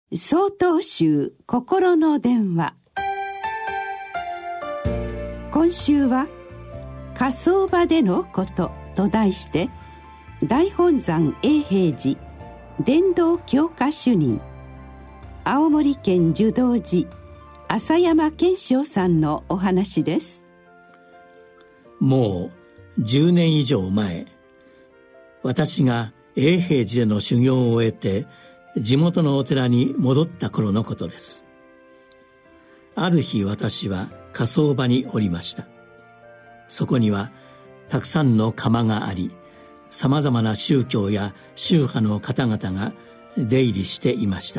曹洞宗心の電話。今週は火葬場でのことと題して、大本山永平寺伝道教化主任、青森県寿道寺浅山健昌さんのお話です。 もう10年以上前、私が永平寺での修行を終えて地元のお寺に戻った頃のことです。ある日、私は火葬場におりました。そこにはたくさんの窯があり、さまざまな宗教や宗派の方々が出入りしていました。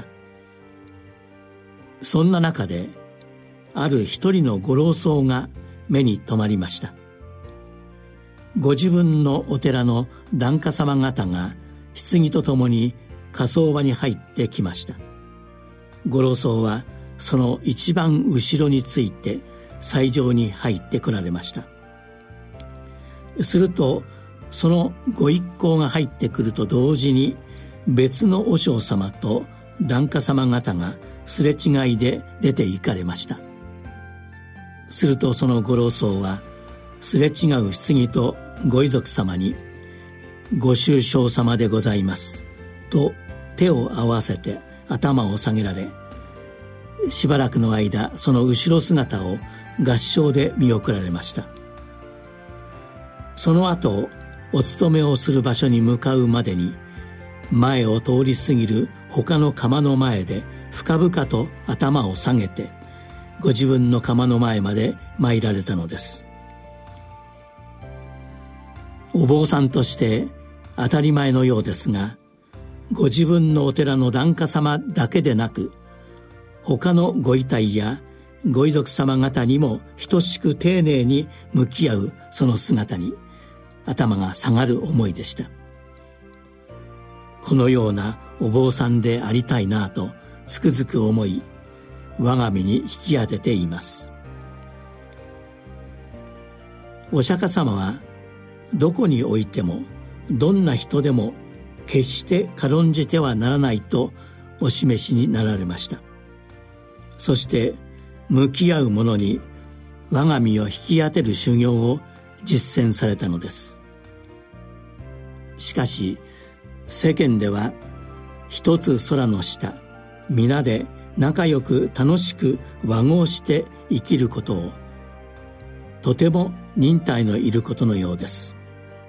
そんな中で、ある一人のご老僧が目に留まりました。ご自分のお寺の檀家様方が棺とともに火葬場に入ってきました。ご老僧はその一番後ろについて斎場に入ってこられました。すると、そのご一行が入ってくると同時に、別の和尚様と檀家様方がすれ違いで出て行かれました。すると、そのご老僧はすれ違う棺とご遺族様に、ご愁傷様でございますと手を合わせて頭を下げられ、しばらくの間その後ろ姿を合掌で見送られました。その後、お勤めをする場所に向かうまでに、前を通り過ぎる他の窯の前で深々と頭を下げて、ご自分の窯の前まで参られたのです。お坊さんとして当たり前のようですが、ご自分のお寺の檀家様だけでなく、他のご遺体やご遺族様方にも等しく丁寧に向き合うその姿に頭が下がる思いでした。このようなお坊さんでありたいなとつくづく思い、我が身に引き当てています。お釈迦様はどこにおいてもどんな人でも決して軽んじてはならないとお示しになられました。そして向き合う者に我が身を引き当てる修行を実践されたのです。しかし世間では、一つ空の下、皆で仲良く楽しく和合して生きることをとても忍耐のいることのようです。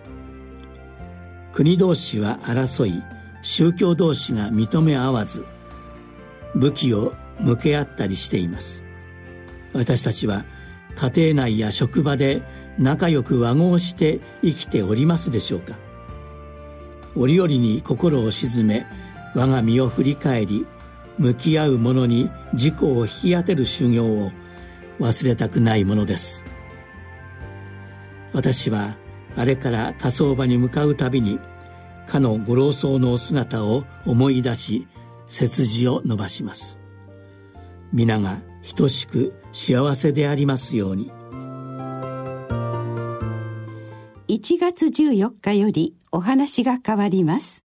国同士は争い、宗教同士が認め合わず、武器を向け合ったりしています。私たちは家庭内や職場で仲良く和合して生きておりますでしょうか。折々に心を静め、我が身を振り返り、向き合う者に自己を引き当てる修行を忘れたくないものです。私はあれから火葬場に向かうたびに、かのご老僧のお姿を思い出し、背筋を伸ばします。皆が等しく幸せでありますように。 1月14日よりお話が変わります。